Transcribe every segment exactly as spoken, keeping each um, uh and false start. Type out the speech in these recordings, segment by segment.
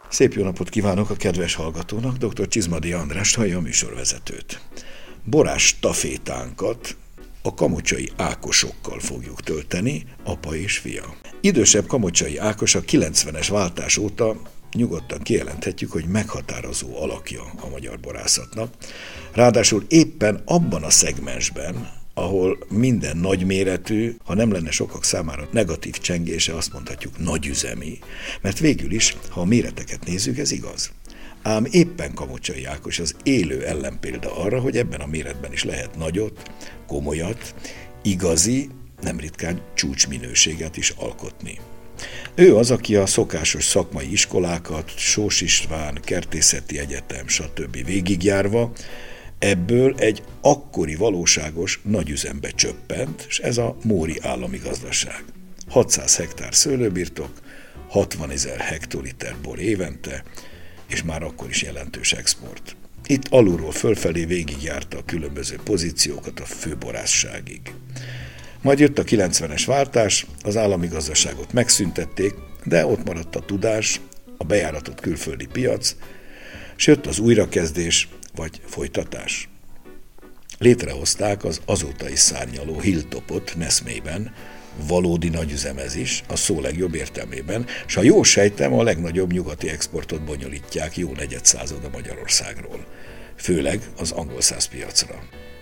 Szép jó napot kívánok a kedves hallgatónak, dr. Csizmadia Andrást hallja a műsorvezetőt. Borás stafétánkat a kamocsai Ákosokkal fogjuk tölteni, apa és fia. Idősebb kamocsai Ákos a kilencvenes váltás óta nyugodtan kijelenthetjük, hogy meghatározó alakja a magyar borászatnak. Ráadásul éppen abban a szegmensben, ahol minden nagyméretű, ha nem lenne sokak számára negatív csengése, azt mondhatjuk nagyüzemi. Mert végül is, ha a méreteket nézzük, ez igaz. Ám éppen Kamocsai Ákos az élő ellenpélda arra, hogy ebben a méretben is lehet nagyot, komolyat, igazi, nem ritkán csúcsminőséget is alkotni. Ő az, aki a szokásos szakmai iskolákat, Sós István, Kertészeti Egyetem, stb. Végigjárva, ebből egy akkori valóságos nagyüzembe csöppent, és ez a Móri állami gazdaság. hatszáz hektár szőlőbirtok, hatvanezer hektoliter bor évente, és már akkor is jelentős export. Itt alulról fölfelé végigjárta a különböző pozíciókat a főborászságig. Majd jött a kilencvenes váltás, az állami gazdaságot megszüntették, de ott maradt a tudás, a bejáratott külföldi piac, s jött az újrakezdés vagy folytatás. Létrehozták az azóta is szárnyaló Hilltopot Neszmében, valódi nagyüzem ez is, a szó legjobb értelmében, s ha jól sejtem, a legnagyobb nyugati exportot bonyolítják jó negyedszázada Magyarországról, főleg az angolszász piacra.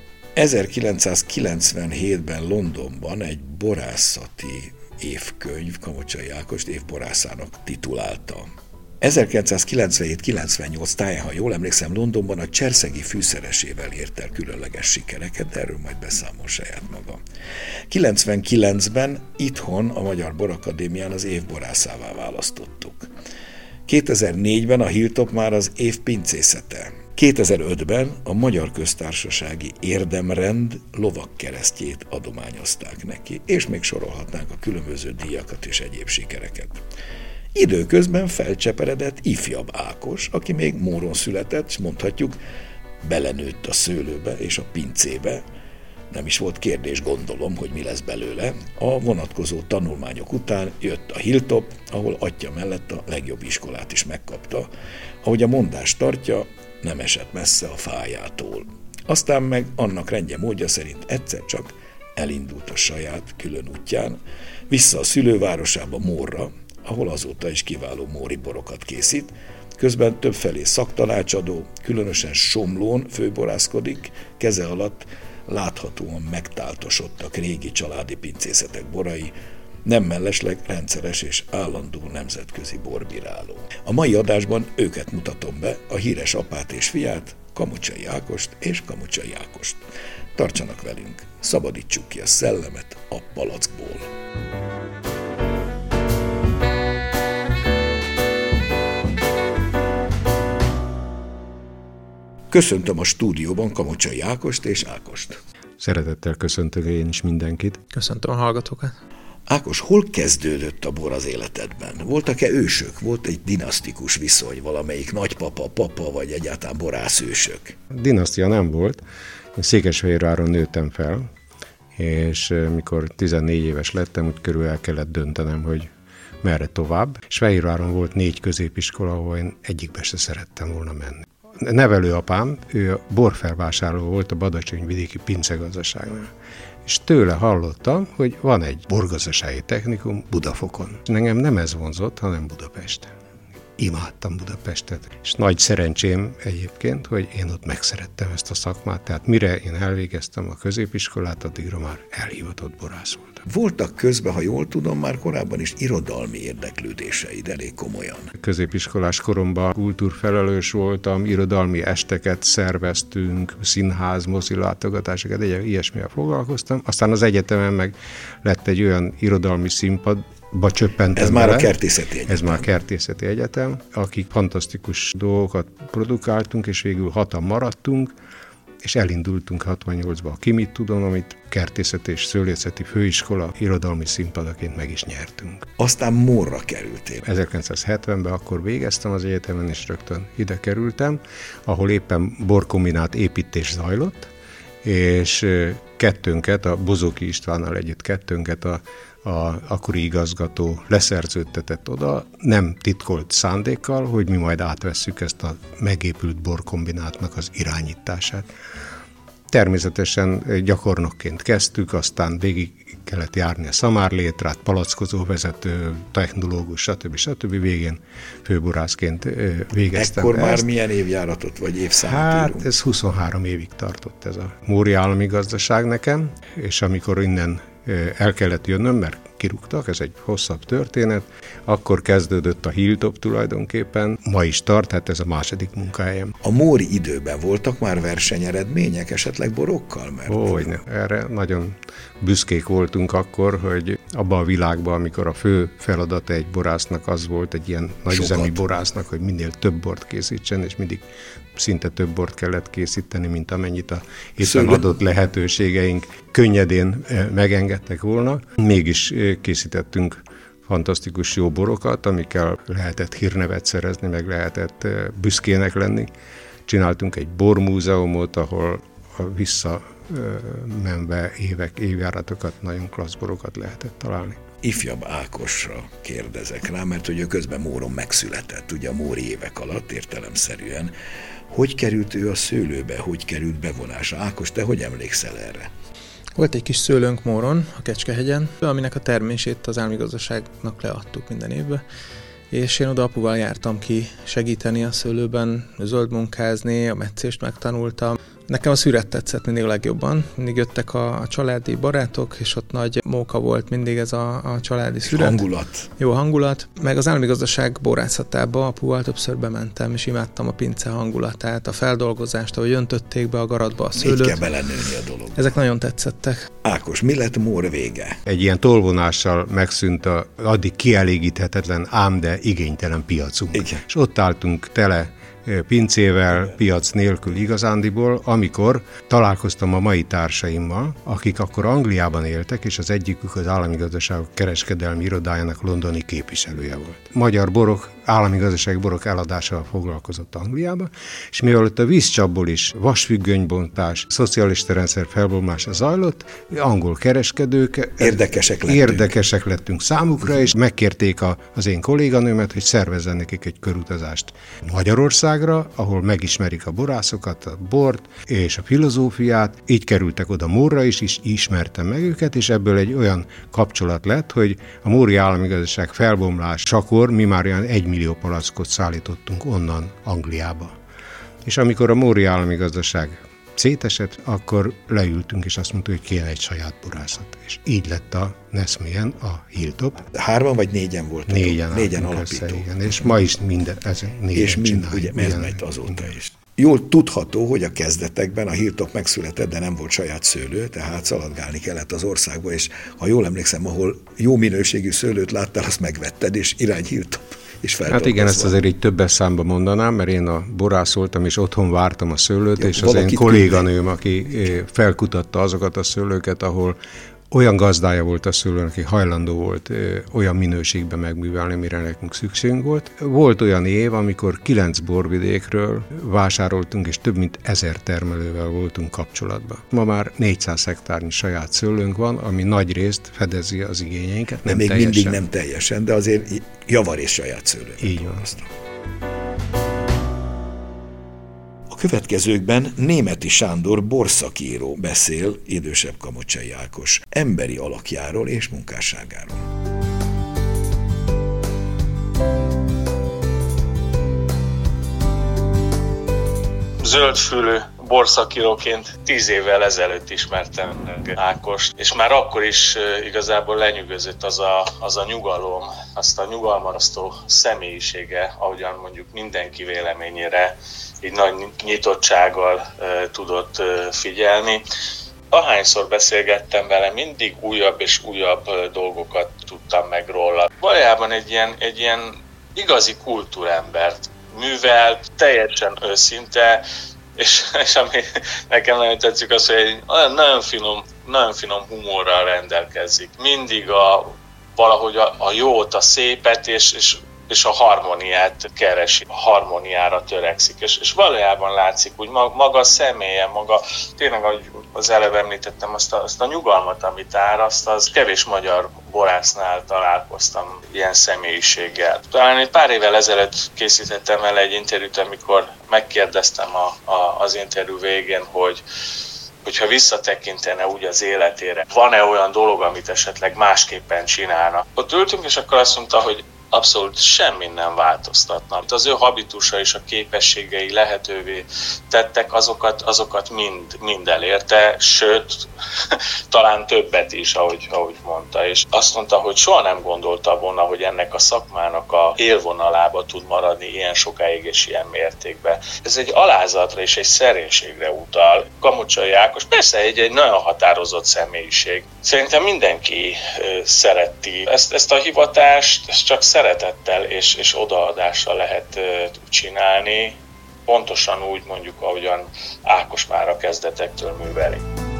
ezerkilencszázkilencvenhétben Londonban egy borászati évkönyv Kamocsai Ákost évborászának titulálta. ezerkilencszázkilencvenhét kilencvennyolc táján, ha jól emlékszem, Londonban a cserszegi fűszeresével ért el különleges sikereket, de erről majd beszámol saját maga. kilencvenkilencben itthon a Magyar Borakadémián az év borászává választottuk. kétezer-négyben a Hilltop már az év pincészete. kétezer-ötben a Magyar Köztársasági Érdemrend lovagkeresztjét adományozták neki, és még sorolhatnánk a különböző díjakat és egyéb sikereket. Időközben felcseperedett ifjabb Ákos, aki még Móron született, és mondhatjuk, belenőtt a szőlőbe és a pincébe. Nem is volt kérdés, gondolom, hogy mi lesz belőle. A vonatkozó tanulmányok után jött a Hilltop, ahol atya mellett a legjobb iskolát is megkapta. Ahogy a mondás tartja, nem esett messze a fájától. Aztán meg annak rendje módja szerint egyszer csak elindult a saját külön útján, vissza a szülővárosába, Mórra, ahol azóta is kiváló móri borokat készít, közben többfelé szaktanácsadó, különösen Somlón főborászkodik, keze alatt láthatóan megtáltosodtak régi családi pincészetek borai, nem mellesleg rendszeres és állandó nemzetközi borbíráló. A mai adásban őket mutatom be, a híres apát és fiát, Kamocsai Ákost és Kamocsai Ákost. Tartsanak velünk, szabadítsuk ki a szellemet a palackból. Köszöntöm a stúdióban Kamocsai Ákost és Ákost. Szeretettel köszöntök én is mindenkit. Köszöntöm a hallgatókat. Ákos, hol kezdődött a bor az életedben? Voltak-e ősök? Volt egy dinasztikus viszony, valamelyik nagypapa, papa, vagy egyáltalán borászősök? Dinasztia nem volt. Én Székesfehérváron nőttem fel, és mikor tizennégy éves lettem, úgy körül el kellett döntenem, hogy merre tovább. És Fehérváron volt négy középiskola, ahol én egyikbe se szerettem volna menni. Nevelőapám, ő borfelvásárló volt a Badacsony-vidéki pincegazdaságnál. És tőle hallottam, hogy van egy borgazdasági technikum Budafokon. Engem nem ez vonzott, hanem Budapest. Imádtam Budapestet. És nagy szerencsém egyébként, hogy én ott megszerettem ezt a szakmát, tehát mire én elvégeztem a középiskolát, addigra már elhivatott borász voltam. Voltak közben, ha jól tudom, már korábban is irodalmi érdeklődéseid elég komolyan. Középiskolás koromban kultúrfelelős voltam, irodalmi esteket szerveztünk, színház, mozi látogatásokat, egy ilyesmivel foglalkoztam. Aztán az egyetemen meg lett egy olyan irodalmi színpad, Ba csöppentem Ez már vele. a Kertészeti Egyetem. Ez már a Kertészeti Egyetem, akik fantasztikus dolgokat produkáltunk, és végül hatan maradtunk, és elindultunk hatvannyolcba a Kimit tudom, amit Kertészeti és Szőlészeti Főiskola irodalmi színpadaként meg is nyertünk. Aztán Mórra kerültél. ezerkilencszázhetvenben akkor végeztem az egyetemen, és rögtön ide kerültem, ahol éppen borkombinát építés zajlott, és kettőnket, a Bozóki Istvánnal együtt kettőnket a a akkori igazgató leszerződtetett oda, nem titkolt szándékkal, hogy mi majd átvesszük ezt a megépült borkombinátnak az irányítását. Természetesen gyakornokként kezdtük, aztán végig kellett járni a szamárlétrát, palackozó vezető, technológus, stb. stb. Végén főborászként végeztem. Ekkor ezt. Már milyen évjáratot vagy évszámot Hát írunk? ez huszonhárom évig tartott ez a Móri Állami Gazdaság nekem, és amikor innen el kellett jönnöm, mert kirúgtak, ez egy hosszabb történet, akkor kezdődött a Hilltop tulajdonképpen, ma is tart, hát ez a második munkahelyem. A Móri időben voltak már versenyeredmények, esetleg borokkal? Mert... Hogyne, erre nagyon büszkék voltunk akkor, hogy abban a világban, amikor a fő feladata egy borásznak az volt, egy ilyen nagyüzemi borásznak, hogy minél több bort készítsen, és mindig szinte több bort kellett készíteni, mint amennyit a éppen adott lehetőségeink könnyedén megengedtek volna. Mégis készítettünk fantasztikus jó borokat, amikkel lehetett hírnevet szerezni, meg lehetett büszkének lenni. Csináltunk egy bormúzeumot, ahol visszamenve évek, évjáratokat, nagyon klassz borokat lehetett találni. Ifjabb Ákosra kérdezek rá, mert hogy ő közben Móron megszületett, ugye a Móri évek alatt értelemszerűen. Hogy került ő a szőlőbe, hogy került bevonásra? Ákos, te hogy emlékszel erre? Volt egy kis szőlőnk Móron, a Kecskehegyen, aminek a termését az állami gazdaságnak leadtuk minden évben, és én oda apuval jártam ki segíteni a szőlőben, zöldmunkázni, a metszést megtanultam. Nekem a szüret tetszett mindig a legjobban. Mindig jöttek a, a családi barátok, és ott nagy móka volt mindig ez a, a családi szüret. Hangulat. Jó hangulat. Meg az állami gazdaság borászatába apuval többször bementem, és imádtam a pince hangulatát, a feldolgozást, ahogy öntötték be a garatba a szőlőt. Így kell belenőni a dolog. Ezek nagyon tetszettek. Ákos, mi lett Mór vége? Egy ilyen tolvonással megszűnt a addig kielégíthetetlen, ám de igénytelen piacunk. Igen. És ott álltunk tele pincével, piac nélkül igazándiból, amikor találkoztam a mai társaimmal, akik akkor Angliában éltek, és az egyikük az állami gazdaságok kereskedelmi irodájának londoni képviselője volt. Magyar borok, állami gazdasági borok eladásával foglalkozott Angliába, és mivel ott a vízcsapból is vasfüggönybontás, szocialista rendszer felbomlása zajlott, angol kereskedők érdekesek lettünk, érdekesek lettünk számukra, és megkérték a, az én kolléganőmet, hogy szervezzen nekik egy körutazást Magyarországra, ahol megismerik a borászokat, a bort és a filozófiát. Így kerültek oda Mórra is, és ismertem meg őket, és ebből egy olyan kapcsolat lett, hogy a Móri Állami Gazdaság felbomlásakor mi már olyan egy millió palackot szállítottunk onnan Angliába. És amikor a Móri Állami Gazdaság szétesett, akkor leültünk, és azt mondtuk, hogy kéne egy saját borászat. És így lett a Neszmélyen a Hilltop. Hárman vagy négyen voltak? Négyen, négyen alapító. Össze, igen. És ma is minden, ezen négyen és mind, csináljuk. ugye, ez megy azóta is. Jól tudható, hogy a kezdetekben a Hilltop megszületett, de nem volt saját szőlő, tehát szaladgálni kellett az országba, és ha jól emlékszem, ahol jó minőségű szőlőt láttál, azt megvetted, és irány Hilltop. Hát igen, ezt azért így többes számba mondanám, mert én a borász voltam, és otthon vártam a szőlőt, jó, és az én kolléganőm, aki felkutatta azokat a szőlőket, ahol olyan gazdája volt a szőlőn, aki hajlandó volt ö, olyan minőségben megművelni, mire nekünk szükségünk volt. Volt olyan év, amikor kilenc borvidékről vásároltunk, és több mint ezer termelővel voltunk kapcsolatban. Ma már négyszáz hektárnyi saját szőlőnk van, ami nagy részt fedezi az igényeinket. Nem még teljesen. Mindig nem teljesen, de azért javarészt saját szőlő. Így van. A következőkben Németi Sándor borszakíró beszél idősebb Kamocsai Ákos emberi alakjáról és munkásságáról. Zöldfülű borszakíróként tíz évvel ezelőtt ismertem meg Ákost, és már akkor is igazából lenyűgözött az a, az a nyugalom, azt a nyugalmaztó személyisége, ahogyan mondjuk mindenki véleményére így nagy nyitottsággal e, tudott e, figyelni. Ahányszor beszélgettem vele, mindig újabb és újabb e, dolgokat tudtam meg róla. Valójában egy ilyen, egy ilyen igazi kultúrembert művelt, teljesen őszinte, és, és ami nekem nagyon tetszik az, hogy egy nagyon finom, nagyon finom humorral rendelkezik. Mindig a, valahogy a, a jót, a szépet, és, és és a harmóniát keresi, a harmóniára törekszik, és, és valójában látszik úgy maga a személye, maga, tényleg, ahogy az előbb említettem, azt a, azt a nyugalmat, amit áraszt, az kevés magyar borásznál találkoztam ilyen személyiséggel. Talán egy pár évvel ezelőtt készítettem el egy interjút, amikor megkérdeztem a, a, az interjú végén, hogy hogyha visszatekintene úgy az életére, van-e olyan dolog, amit esetleg másképpen csinálna. Ott ültünk, és akkor azt mondta, hogy abszolút semmi nem változtatna. Az ő habitusa és a képességei lehetővé tettek, azokat, azokat mind, mind elérte, sőt, talán többet is, ahogy, ahogy mondta. És azt mondta, hogy soha nem gondolta volna, hogy ennek a szakmának a élvonalába tud maradni ilyen sokáig és ilyen mértékben. Ez egy alázatra és egy szerénységre utal. Kamocsai Ákos persze egy, egy nagyon határozott személyiség. Szerintem mindenki ö, szereti ezt, ezt a hivatást, ezt csak szeretettel és, és odaadással lehet uh, csinálni, pontosan úgy mondjuk, ahogyan Ákos már a kezdetektől műveli.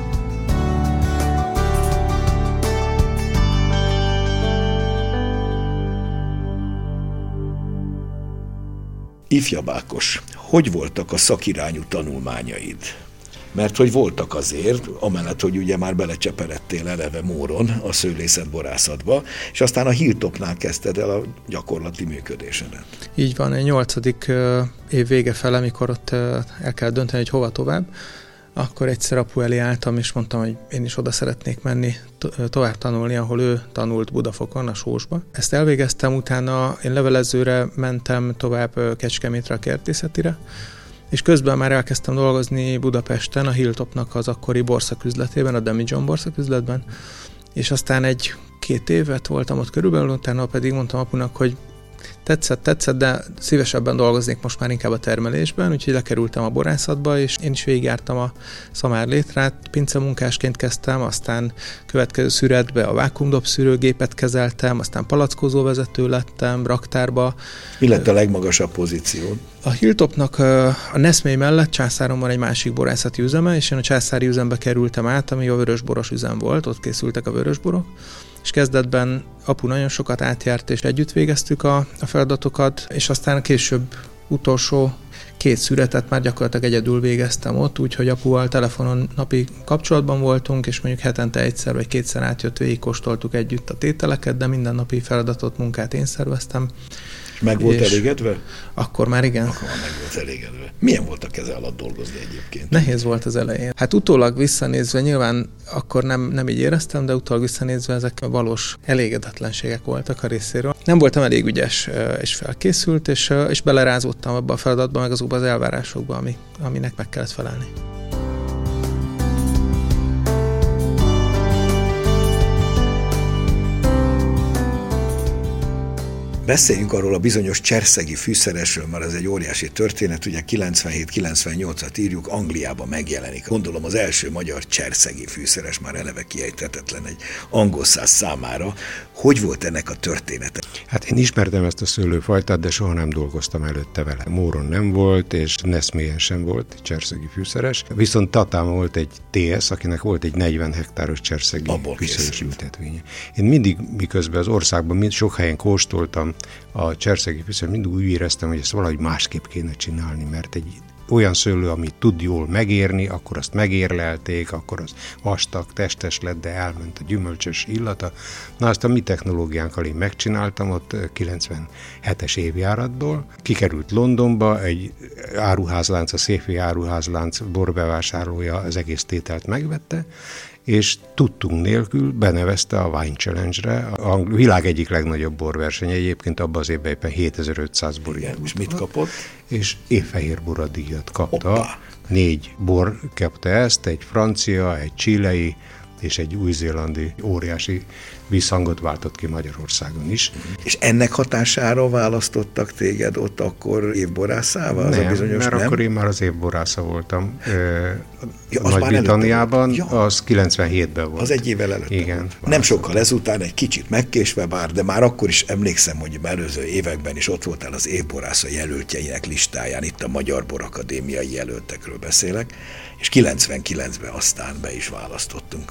Ifjabb Ákos, hogy voltak a szakirányú tanulmányaid? Mert hogy voltak azért, amellett, hogy ugye már belecseperedtél eleve Móron a szőlészetborászatba, és aztán a Hilltopnál kezdted el a gyakorlati működésedet. Így van, egy nyolcadik év vége fele, amikor ott el kell dönteni, hogy hova tovább, akkor egyszer apu elé álltam, és mondtam, hogy én is oda szeretnék menni to- tovább tanulni, ahol ő tanult Budafokon, a Sósba. Ezt elvégeztem, utána én levelezőre mentem tovább Kecskemétre, a kertészetire, és közben már elkezdtem dolgozni Budapesten, a Hilltopnak az akkori borszaküzletében, a Demijohn borszaküzletben, és aztán egy-két évet voltam ott körülbelül, utána pedig mondtam apunak, hogy tetszett, tetszett, de szívesebben dolgoznék most már inkább a termelésben, úgyhogy lekerültem a borászatba, és én is végigjártam a Szamár Létrát, pincemunkásként kezdtem, aztán következő szüretbe a vákuumdobszűrőgépet kezeltem, aztán palackozóvezető lettem, raktárba. Mi lett a legmagasabb pozíciód? A Hilltopnak a Neszmély mellett Császáron van egy másik borászati üzeme, és én a császári üzembe kerültem át, ami a vörösboros üzem volt, ott készültek a vörösborok, és kezdetben apu nagyon sokat átjárt, és együtt végeztük a, a feladatokat, és aztán később utolsó két szüretet már gyakorlatilag egyedül végeztem ott, úgyhogy apuval telefonon napi kapcsolatban voltunk, és mondjuk hetente egyszer vagy kétszer átjött, végigkóstoltuk együtt a tételeket, de minden napi feladatot, munkát én szerveztem. És meg volt és elégedve? Akkor már igen. Akkor már meg volt elégedve. Milyen volt a keze alatt dolgozni egyébként? Nehéz volt az elején. Hát utólag visszanézve, nyilván akkor nem, nem így éreztem, de utólag visszanézve ezek a valós elégedetlenségek voltak a részéről. Nem voltam elég ügyes és felkészült, és, és belerázódtam abba a feladatba, meg azokba az elvárásokba, ami, aminek meg kellett felelni. Beszéljünk arról a bizonyos cserszegi fűszeresről, mert ez egy óriási történet, ugye kilencvenhét kilencvennyolcat írjuk, Angliában megjelenik. Gondolom az első magyar cserszegi fűszeres, már eleve kiejthetetlen egy angol száz számára. Hogy volt ennek a története? Hát én ismertem ezt a szőlőfajtát, de soha nem dolgoztam előtte vele. Móron nem volt, és Neszmélyen sem volt cserszegi fűszeres. Viszont Tatán volt egy té es, akinek volt egy negyven hektáros cserszegi Abból fűszeres készült. ültetvénye. Én mindig, miközben az országban mind sok helyen kóstoltam a cserszegi fűszeres, mindig úgy éreztem, hogy ezt valahogy másképp kéne csinálni, mert egy olyan szőlő, amit tud jól megérni, akkor azt megérlelték, akkor az vastag, testes lett, de elment a gyümölcsös illata. Na, azt a mi technológiánkkal én megcsináltam ott kilencvenhetes évjáratból. Kikerült Londonba, egy áruházlánc, a Safeway áruházlánc borbevásárlója az egész tételt megvette, és tudtunk nélkül benevezte a Wine Challenge-re, a világ egyik legnagyobb borverseny, egyébként abban az évben éppen hétezer-ötszáz bor. Igen, és mit kapott? És évfehér boradíjat kapta. Hoppá. Négy bor kapta ezt, egy francia, egy chilei és egy új-zélandi óriási visszhangot váltott ki Magyarországon is. És ennek hatására választottak téged ott akkor évborászával? Nem, az a bizonyos, mert nem? akkor én már az évborásza voltam. Ja, az már Nagy-Britanniában, előtte volt. Ja. az kilencvenhétben volt. Az egy évvel előtt. Igen. Nem sokkal ezután, egy kicsit megkésve bár, de már akkor is emlékszem, hogy előző években is ott voltál az évborásza jelöltjeinek listáján, itt a Magyar Borakadémiai jelöltekről beszélek, és kilencvenkilencben aztán be is választottunk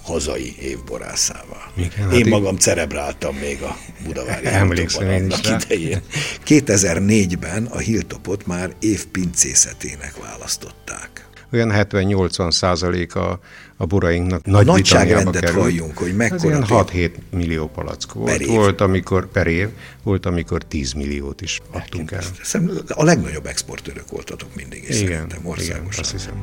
hazai évborászával. Igen, én hát magam cerebráltam még a budavári Emlékszem én is rá. idején. kétezer-négyben a Hilltopot már év pincészetének választották. Olyan hetven-nyolcvan százaléka a borainknak Nagy Nagy-Britanniába nagyságrendet halljunk, hogy mekkora. ilyen hat-hét millió palack volt. Per év. Volt, amikor per év, volt, amikor tíz milliót is adtunk el. A legnagyobb exportőrök voltatok mindig, és Igen, szerintem országosan. igen, azt hiszem.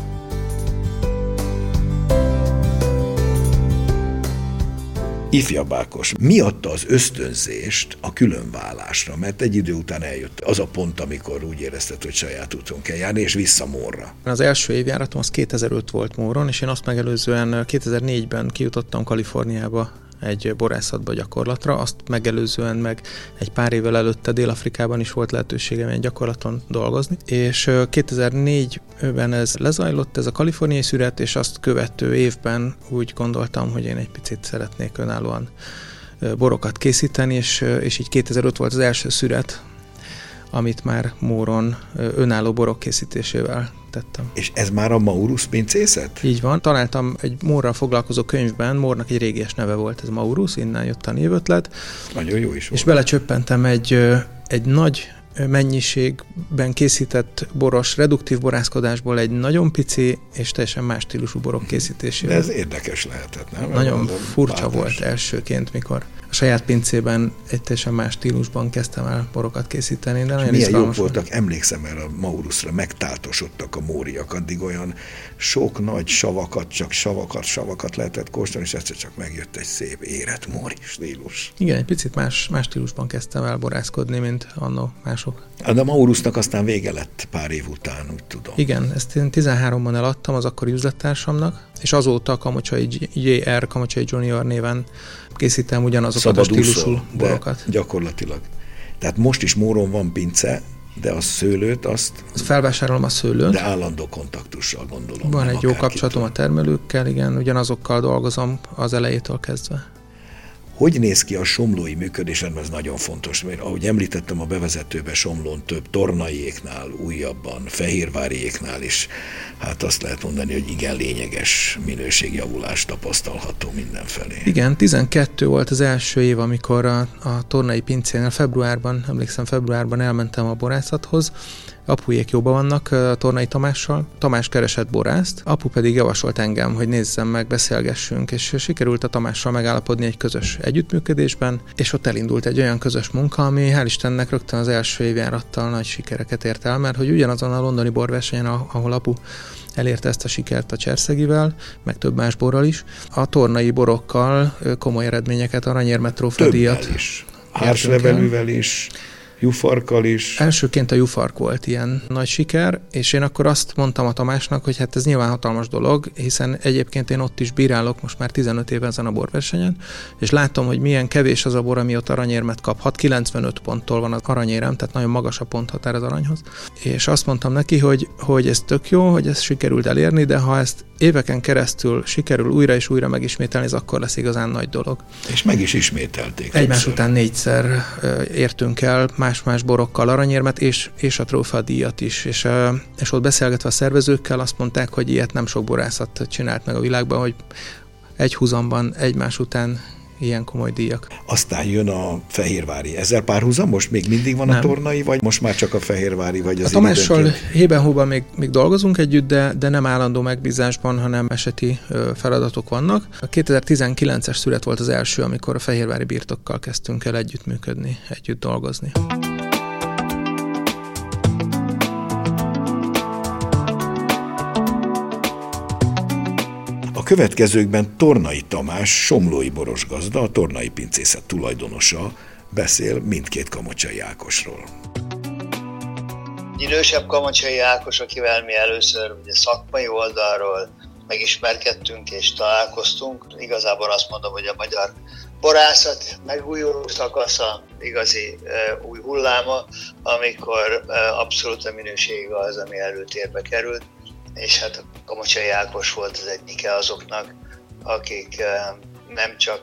Ifjabb Ákos, mi adta az ösztönzést a különválásra? Mert egy idő után eljött az a pont, amikor úgy érezted, hogy saját úton kell járni, és vissza Mórra. Az első évjáratom az kétezer-öt volt Móron, és én azt megelőzően kétezer-négyben kijutottam Kaliforniába egy borászatba gyakorlatra, azt megelőzően meg egy pár évvel előtte Dél-Afrikában is volt lehetőségem egy gyakorlaton dolgozni, és kétezer-négyben ez lezajlott, ez a kaliforniai szüret, és azt követő évben úgy gondoltam, hogy én egy picit szeretnék önállóan borokat készíteni, és, és így kétezer-öt volt az első szüret, amit már Móron önálló borok készítésével tettem. És ez már a Maurus pincészet? Így van. Találtam egy Mórral foglalkozó könyvben, Mórnak egy régies neve volt, ez Maurus, innen jött a névötlet. Nagyon jó is volt. És belecsöppentem egy, egy nagy mennyiségben készített boros, reduktív borászkodásból egy nagyon pici és teljesen más stílusú borok készítésével. De ez érdekes lehetett, nem? Nagyon Ez furcsa bátás. volt elsőként, mikor a saját pincében egy teljesen más stílusban kezdtem el borokat készíteni. De nagyon milyen jók volt. voltak, emlékszem el a Maurusra, megtáltosodtak a móriak, addig olyan sok nagy savakat, csak savakat, savakat lehetett kóstolni, és egyszer csak megjött egy szép érett móri stílus. Igen, egy picit más, más stílusban kezdtem el borászkodni, mint annó mások. De a Maurusnak aztán vége lett pár év után, úgy tudom. Igen, ezt én tizenháromban eladtam az akkori üzlettársamnak, és azóta Kamocsai jé er, Kamocsai Junior néven készítem ugyanazokat a stílusú borokat. Gyakorlatilag. Tehát most is Móron van pince, de a szőlőt azt... Azt felvásárolom a szőlőt. De állandó kontaktussal gondolom. Van egy jó kapcsolatom a termelőkkel, igen, ugyanazokkal dolgozom az elejétől kezdve. Hogy néz ki a somlói működés? Ez nagyon fontos, mert ahogy említettem a bevezetőben, Somlón több tornaiéknál, újabban, fehérváriéknál is, hát azt lehet mondani, hogy igen lényeges minőségjavulás tapasztalható mindenfelé. Igen, tizenkettő volt az első év, amikor a, a tornai pincénél februárban, emlékszem februárban elmentem a borászathoz, apujék jóban vannak a Tornai Tamással. Tamás keresett borászt, apu pedig javasolt engem, hogy nézzem meg, beszélgessünk, és sikerült a Tamással megállapodni egy közös együttműködésben, és ott elindult egy olyan közös munka, ami hál' Istennek rögtön az első évjárattal nagy sikereket ért el, mert hogy ugyanazon a londoni borversenyen, ahol apu elérte ezt a sikert a Cserszegivel, meg több más borral is, a tornai borokkal komoly eredményeket, aranyérmet, trófeadíjat. Többel is. Hárslevelűvel is. Jufarkkal is. Elsőként a Jufark volt ilyen nagy siker, és én akkor azt mondtam a Tamásnak, hogy hát ez nyilván hatalmas dolog, hiszen egyébként én ott is bírálok most már tizenöt éve ezen a borversenyen, és látom, hogy milyen kevés az a bor, ami ott aranyérmet kaphat. kilencvenöt ponttól van az aranyérem, tehát nagyon magas a ponthatár az aranyhoz. És azt mondtam neki, hogy, hogy ez tök jó, hogy ezt sikerült elérni, de ha ezt éveken keresztül sikerül újra és újra megismételni, ez akkor lesz igazán nagy dolog. És meg is ismételték. Egymás többször. Után négyszer értünk el más-más borokkal aranyérmet, és, és a trófeadíjat is. És, és ott beszélgetve a szervezőkkel azt mondták, hogy ilyet nem sok borászat csinált meg a világban, hogy egy húzamban egymás után ilyen komoly díjak. Aztán jön a fehérvári. Ezzel párhuzam? Most még mindig van nem. A tornai, vagy most már csak a fehérvári? Vagy az a Tamással hében-hóban még, még dolgozunk együtt, de, de nem állandó megbízásban, hanem eseti ö, feladatok vannak. A kétezer-tizenkilences szület volt az első, amikor a fehérvári birtokkal kezdtünk el együttműködni, együtt dolgozni. A következőkben Tornai Tamás, somlói borosgazda, a Tornai Pincészet tulajdonosa beszél mindkét Kamocsai Ákosról. Idősebb Kamocsai Ákos, akivel mi először ugye, szakmai oldalról megismerkedtünk és találkoztunk. Igazából azt mondom, hogy a magyar borászat megújuló szakasza, igazi uh, új hulláma, amikor uh, abszolút a minőség az, ami előtérbe került. És hát a Kamocsai Ákos volt az egyike azoknak, akik nem csak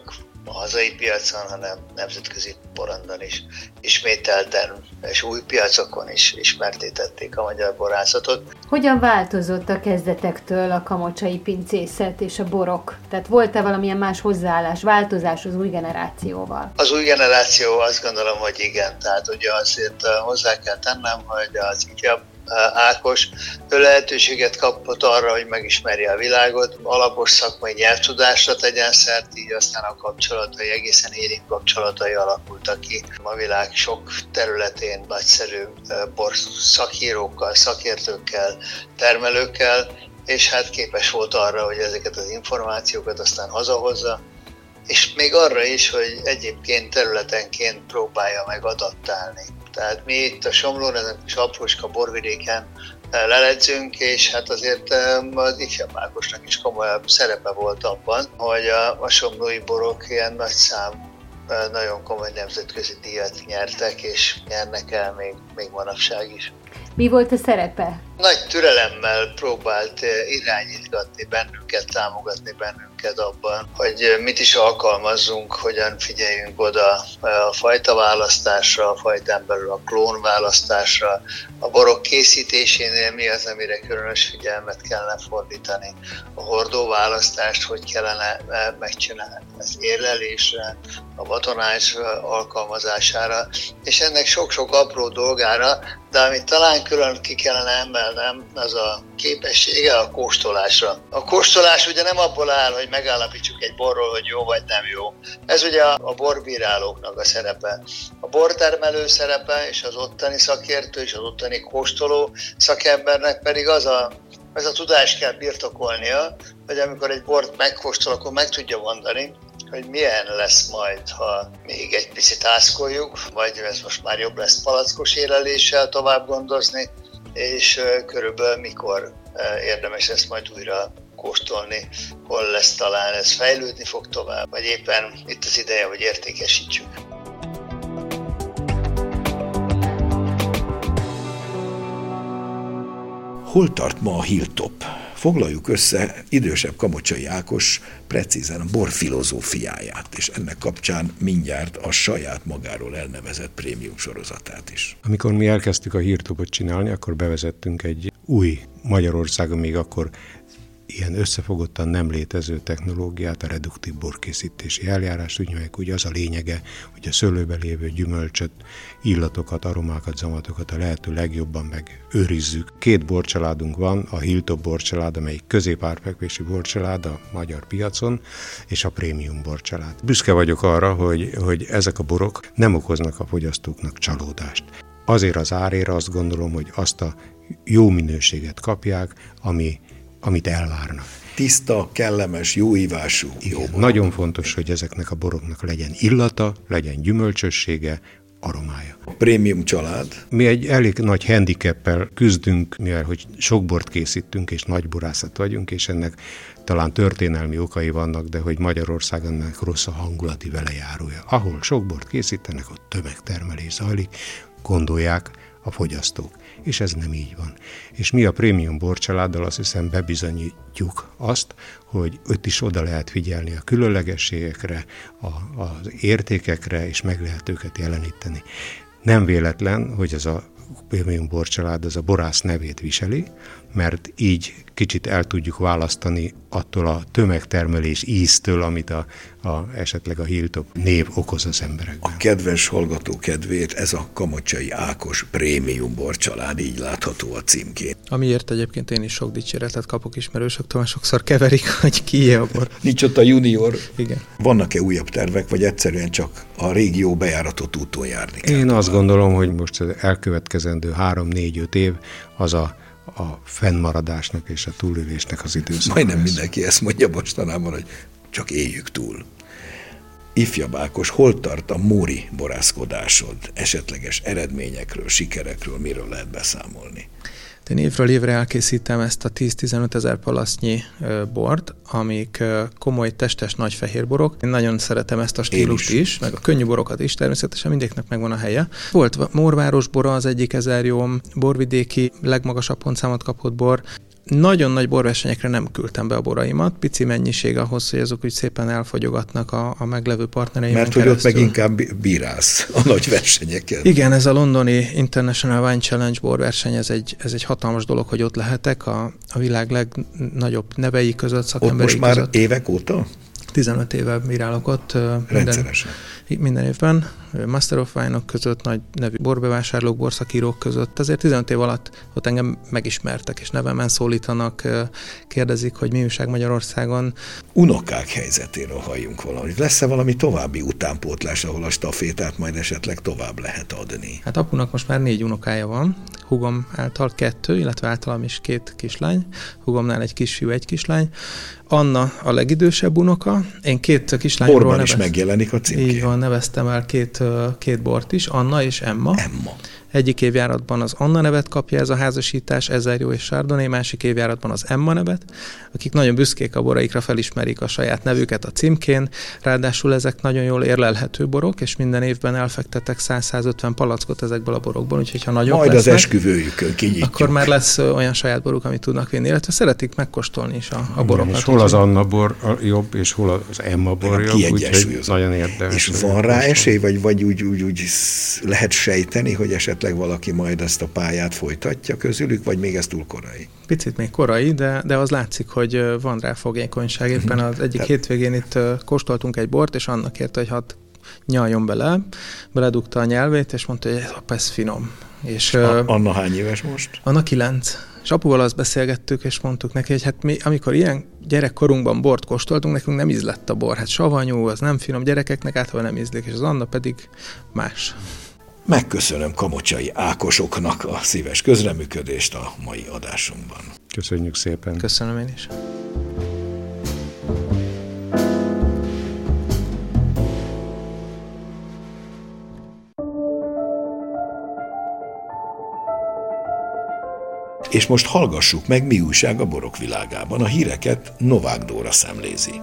a hazai piacon, hanem nemzetközi porondon is ismételten és új piacokon is ismertétették a magyar borászatot. Hogyan változott a kezdetektől a kamocsai pincészet és a borok? Tehát volt-e valamilyen más hozzáállás, változás az új generációval? Az új generáció azt gondolom, hogy igen. Tehát ugye azért hozzá kell tennem, hogy az ifjabb Ákos, ő lehetőséget kapott arra, hogy megismerje a világot, alapos szakmai nyelvtudásra tegyen szert, így aztán a kapcsolatai, egészen érint kapcsolatai alakultak ki a világ sok területén nagyszerű borszakírókkal, szakértőkkel, termelőkkel, és hát képes volt arra, hogy ezeket az információkat aztán hazahozza, és még arra is, hogy egyébként területenként próbálja meg adaptálni. Tehát mi itt a Somlón, ezen kis aprócska borvidéken leledzünk, és hát azért az ifjabb Ákosnak is komolyabb szerepe volt abban, hogy a, a somlói borok ilyen nagy szám, nagyon komoly nemzetközi díjat nyertek, és nyernek el még, még manapság is. Mi volt a szerepe? Nagy türelemmel próbált irányítgatni bennünket, támogatni bennünket abban, hogy mit is alkalmazzunk, hogyan figyeljünk oda a fajtaválasztásra, a fajtán belül a klónválasztásra, a borok készítésénél mi az, amire különös figyelmet kellene fordítani, a hordóválasztást, hogy kellene megcsinálni az érlelésre, a batonás alkalmazására, és ennek sok-sok apró dolgára, de amit talán külön ki kellene emelnem, az a képessége a kóstolásra. A kóstolás ugye nem abból áll, hogy megállapítsuk egy borról, hogy jó vagy nem jó. Ez ugye a borbírálóknak a szerepe. A bortermelő szerepe és az ottani szakértő és az ottani kóstoló szakembernek pedig az a, az a tudás kell birtokolnia, hogy amikor egy bort megkóstol, akkor meg tudja mondani, hogy milyen lesz majd, ha még egy picit ászkoljuk, vagy ez most már jobb lesz palackos éleléssel tovább gondozni, és körülbelül mikor érdemes ezt majd újra kóstolni, hol lesz talán ez fejlődni fog tovább, vagy éppen itt az ideje, hogy értékesítsük. Hol tart ma a Hilltop? Foglaljuk össze idősebb Kamocsai Ákos precízen a bor filozófiáját, és ennek kapcsán mindjárt a saját magáról elnevezett prémium sorozatát is. Amikor mi elkezdtük a Hilltopot csinálni, akkor bevezettünk egy új, Magyarországon még akkor ilyen összefogottan nem létező technológiát, a reduktív borkészítési eljárást, úgy mondjuk, hogy az a lényege, hogy a szőlőben lévő gyümölcsöt, illatokat, aromákat, zamatokat a lehető legjobban megőrizzük. Két borcsaládunk van, a Hilltop borcsalád, amelyik középárfekvési borcsalád a magyar piacon, és a prémium borcsalád. Büszke vagyok arra, hogy, hogy ezek a borok nem okoznak a fogyasztóknak csalódást. Azért az árére azt gondolom, hogy azt a jó minőséget kapják, ami amit elvárnak. Tiszta, kellemes, jó ívású, jó borok. Nagyon fontos, hogy ezeknek a boroknak legyen illata, legyen gyümölcsössége, aromája. A prémium család? Mi egy elég nagy handicappel küzdünk, mivel hogy sok bort készítünk, és nagy borászat vagyunk, és ennek talán történelmi okai vannak, de hogy Magyarországon ennek rossz a hangulati velejárója. Ahol sok bort készítenek, ott tömegtermelés zajlik, gondolják a fogyasztók. És ez nem így van. És mi a prémium borcsaláddal azt hiszem bebizonyítjuk azt, hogy ott is oda lehet figyelni a különlegességekre, a, az értékekre, és meg lehet őket jeleníteni. Nem véletlen, hogy ez a prémium borcsalád az a borász nevét viseli, mert így kicsit el tudjuk választani attól a tömegtermelés íztől, amit a, a, esetleg a Hilltop név okoz az emberekben. A kedves hallgató kedvéért ez a Kamocsai Ákos prémium borcsalád, így látható a címkén. Amiért egyébként én is sok dicséretet kapok ismerősöktől, mert sokszor keverik, hogy ki a bor. Nincs ott a junior. Igen. Vannak-e újabb tervek, vagy egyszerűen csak a régió bejáratott úton járni kell? Én azt gondolom, hogy most az elkövetkezendő három-négy-öt év az a a fennmaradásnak és a túlélésnek az időszak. Majdnem mindenki ezt mondja mostanában, hogy csak éljük túl. Ifjabb Ákos, hol tart a móri borászkodásod? Esetleges eredményekről, sikerekről miről lehet beszámolni? Én évről évre elkészítem ezt a tíz-tizenöt ezer palasznyi bort, amik komoly, testes, nagy fehérborok. Én nagyon szeretem ezt a stílust is. is, meg a könnyű borokat is, természetesen mindegyiknek megvan a helye. Volt Mórváros bora az egyik ezerjóm, borvidéki legmagasabb pontszámot kapott bor. Nagyon nagy borversenyekre nem küldtem be a boraimat, pici mennyiség ahhoz, hogy azok úgy szépen elfogyogatnak a, a meglevő partnereimen Mert hogy keresztül. ott meg inkább bírálsz a nagy versenyeken. Igen, ez a londoni International Wine Challenge borverseny, ez egy, ez egy hatalmas dolog, hogy ott lehetek a, a világ legnagyobb nevei között, szakemberei ott most már között. évek óta? tizenöt éve bírálok ott. Rendszeresen. Minden, minden évben. Master of Wine-ok között, nagy nevű borbevásárlók, borszakírók között. Azért tizenöt év alatt ott engem megismertek, és nevemen szólítanak, kérdezik, hogy mi újság Magyarországon. Unokák helyzetéről halljunk valamit. Lesz-e valami további utánpótlás, ahol a stafétát majd esetleg tovább lehet adni? Hát apunak most már négy unokája van. Hugom által kettő, illetve általam is két kislány. Hugomnál egy kisfiú, egy kislány. Anna a legidősebb unoka. Én két kislányról Borban nevez... is megjelenik a címkén. Így van, neveztem el két, két bort is, Anna és Emma. Emma. Egyik évjáratban az Anna nevet kapja ez a házasítás, Ezerjó és Chardonnay, másik évjáratban az Emma nevet, akik nagyon büszkék a boraikra, felismerik a saját nevüket a címkén, ráadásul ezek nagyon jól érlelhető borok, és minden évben elfektetek száz-százötven palackot ezekből a borokból, úgyhogy ha nagyobb majd lesznek, az esküvőjükön kinyitjuk. akkor már lesz olyan saját boruk, amit tudnak vinni, illetve szeretik megkóstolni is a, a borokat. És hol az Anna bor jobb, és hol az Emma bor jobb, úgyhogy nagyon érdekes. És van rá esély, vagy, vagy úgy, úgy, úgy lehet sejteni, hogy esetleg valaki majd ezt a pályát folytatja közülük, vagy még ez túl korai? Picit még korai, de, de az látszik, hogy van rá fogékonyság. Éppen az egyik Te... hétvégén itt kóstoltunk egy bort, és annak kérte, hogy hadd nyaljon bele, beledugta a nyelvét, és mondta, hogy ez finom. És, a, Anna hány éves most? Anna kilenc. És apuval azt beszélgettük, és mondtuk neki, hogy hát mi, amikor ilyen gyerekkorunkban bort kóstoltunk, nekünk nem ízlett a bor. Hát savanyú, az nem finom, gyerekeknek általában nem ízlik, és az Anna pedig más. Megköszönöm Kamocsai Ákosoknak a szíves közreműködést a mai adásunkban. Köszönjük szépen. Köszönöm én is. És most hallgassuk meg, mi újság a borok világában. A híreket Novák Dóra szemlézi.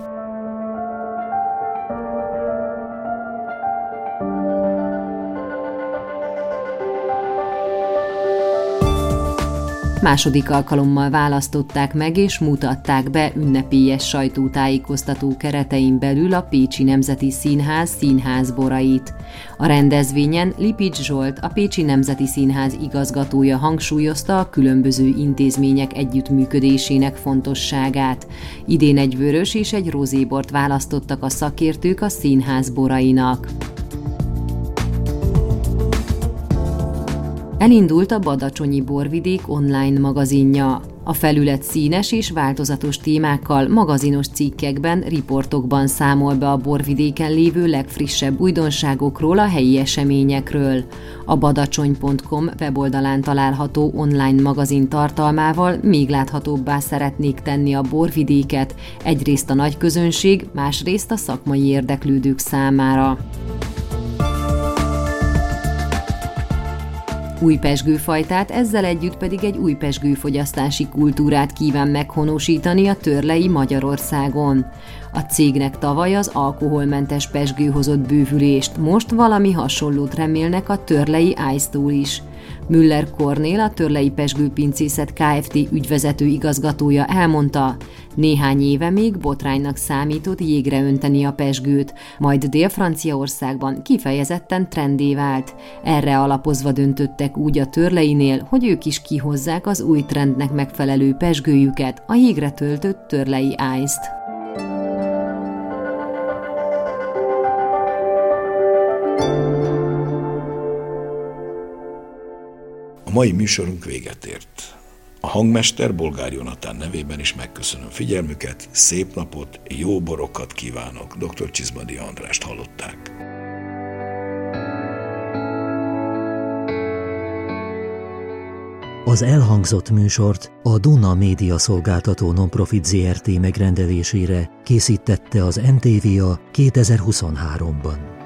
Második alkalommal választották meg és mutatták be ünnepélyes sajtótájékoztató keretein belül a Pécsi Nemzeti Színház színházborait. A rendezvényen Lipicz Zsolt, a Pécsi Nemzeti Színház igazgatója hangsúlyozta a különböző intézmények együttműködésének fontosságát. Idén egy vörös és egy rozébort választottak a szakértők a színház borainak. Elindult a Badacsonyi Borvidék online magazinja. A felület színes és változatos témákkal, magazinos cikkekben, riportokban számol be a borvidéken lévő legfrissebb újdonságokról, a helyi eseményekről. A badacsony pont com weboldalán található online magazin tartalmával még láthatóbbá szeretnék tenni a borvidéket, egyrészt a nagyközönség, másrészt a szakmai érdeklődők számára. Új pezsgőfajtát, ezzel együtt pedig egy új pezsgőfogyasztási kultúrát kíván meghonosítani a Törlei Magyarországon. A cégnek tavaly az alkoholmentes pezsgő hozott bővülést, most valami hasonlót remélnek a Törlei Ice-tól is. Müller Kornél, a Törlei Pezsgőpincészet Kft. Ügyvezető igazgatója elmondta, néhány éve még botránynak számított jégre önteni a pezsgőt, majd Dél-Franciaországban kifejezetten trendé vált. Erre alapozva döntöttek úgy a Törleinél, hogy ők is kihozzák az új trendnek megfelelő pezsgőjüket, a jégre töltött Törlei Ice-t. A mai műsorunk véget ért. A hangmester Bolgár Jonatán nevében is megköszönöm figyelmüket, szép napot, jó borokat kívánok. doktor Csizmadi Andrást hallották. Az elhangzott műsort a Duna Média Szolgáltató Nonprofit Zrt. Megrendelésére készítette az em té vé á kétezer-huszonháromban.